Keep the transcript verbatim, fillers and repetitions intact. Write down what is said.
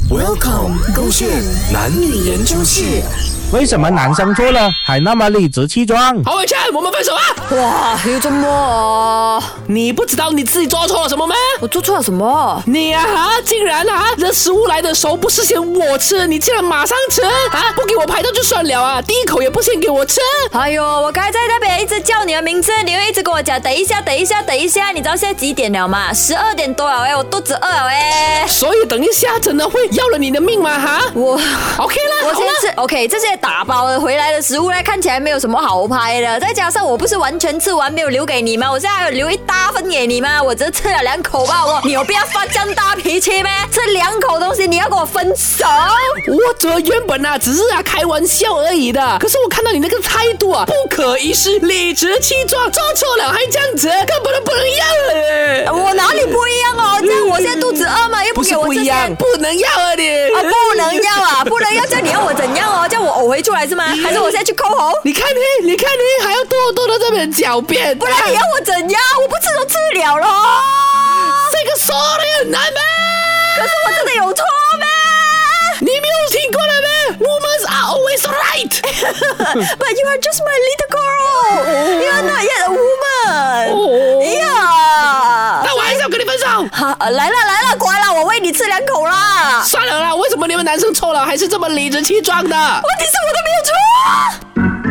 Welcome， 勾选男女研究室。 为什么男生错了还那么理直气壮？ 侯伟全，我们分手啊！ 哇，又这么啊？ 你不知道你自己做错了什么吗？ 我做错了什么？ 你啊哈，竟然啊，这食物来的时候不是先我吃，你竟然马上吃啊！不给我拍到就算了啊，第一口也不先给我吃。 哎呦，我刚才在那边一直叫你的名字，你又一直跟我讲等一下，等一下，等一下。你知道现在几点了吗？十二点多了哎，我肚子饿了哎。 所以等一下真的会要了你的命吗？哈， 我 OK 了， 我先吃 OK。这些打包的回来的食物呢，看起来没有什么好拍的，再加上我不是完全吃完没有留给你吗？我现在还有留一大份给你吗？我只吃了两口吧，我你有必要发这样大脾气吗？吃两口东西你要跟我分手？ 我这原本啊只是啊开玩笑而已的，可是我看到你那个态度啊，不可一世，理直气壮，做错了还这样子，根本都不能要了。 我哪里不一样哦？这样我现在肚子饿嘛，又不不是给我吃不一样，不能要啊你！ 啊，不能要啊，不能要，这样你要我怎样哦？叫我呕回出来是吗？还是我现在去抠喉？ 你看你，你看你，还要多多的这边狡辩， 不然你要我怎样？我不吃都吃了咯。 这个说的很难吗？ 可是我真的有错吗？ 你没有听过了吗 ？Women are always right. But you are just my little girl. You are not yet a woman. 哦呀！ 那我还是要跟你分手。 好，来了来了，乖了，我喂你吃两口啦。 算了啦，为什么你们男生错了还是这么理直气壮的？ 问题是我都没有错。